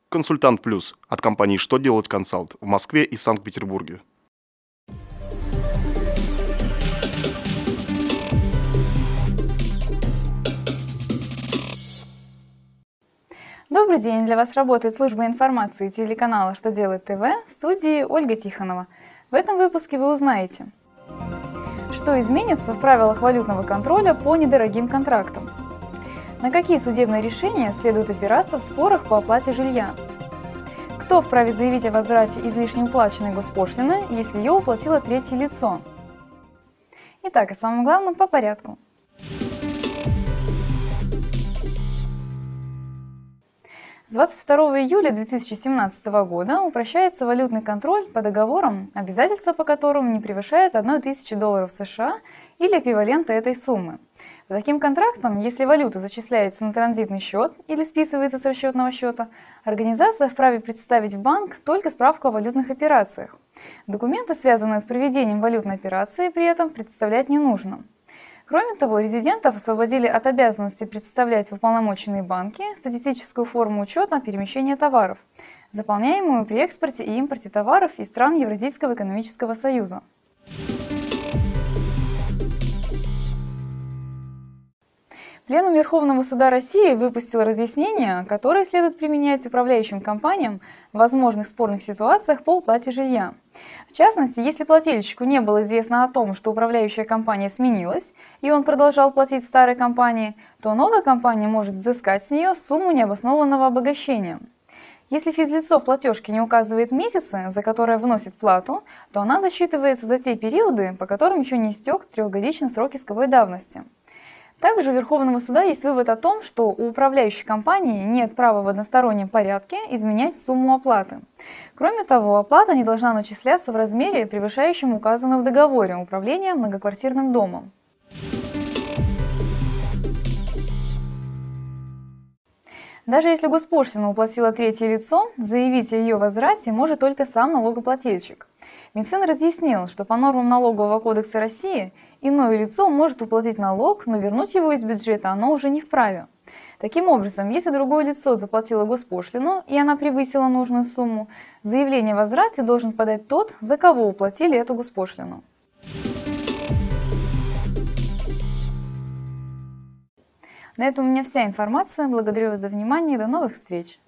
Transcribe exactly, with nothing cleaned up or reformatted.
Консультант Плюс от компании «Что делать консалт» в Москве и Санкт-Петербурге. Добрый день! Для вас работает служба информации телеканала «Что делает ТВ», в студии Ольга Тихонова. В этом выпуске вы узнаете, что изменится в правилах валютного контроля по недорогим контрактам, на какие судебные решения следует опираться в спорах по оплате жилья, кто вправе заявить о возврате излишне уплаченной госпошлины, если ее уплатило третье лицо. Итак, о самом главном по порядку. С двадцать второго июля две тысячи семнадцатого года упрощается валютный контроль по договорам, обязательства по которым не превышают одной тысячи долларов США или эквивалента этой суммы. По таким контрактам, если валюта зачисляется на транзитный счет или списывается с расчетного счета, организация вправе представить в банк только справку о валютных операциях. Документы, связанные с проведением валютной операции, при этом представлять не нужно. Кроме того, резидентов освободили от обязанности представлять в уполномоченные банки статистическую форму учета перемещения товаров, заполняемую при экспорте и импорте товаров из стран Евразийского экономического союза. Пленум Верховного суда России выпустил разъяснения, которые следует применять управляющим компаниям в возможных спорных ситуациях по уплате жилья. В частности, если плательщику не было известно о том, что управляющая компания сменилась, и он продолжал платить старой компании, то новая компания может взыскать с нее сумму необоснованного обогащения. Если физлицо в платежке не указывает месяцы, за которые вносит плату, то она засчитывается за те периоды, по которым еще не истек трехгодичный срок исковой давности. Также у Верховного суда есть вывод о том, что у управляющей компании нет права в одностороннем порядке изменять сумму оплаты. Кроме того, оплата не должна начисляться в размере, превышающем указанную в договоре управления многоквартирным домом. Даже если госпошлину уплатило третье лицо, заявить о ее возврате может только сам налогоплательщик. Минфин разъяснил, что по нормам Налогового кодекса России иное лицо может уплатить налог, но вернуть его из бюджета оно уже не вправе. Таким образом, если другое лицо заплатило госпошлину и она превысила нужную сумму, заявление о возврате должен подать тот, за кого уплатили эту госпошлину. На этом у меня вся информация. Благодарю вас за внимание и до новых встреч!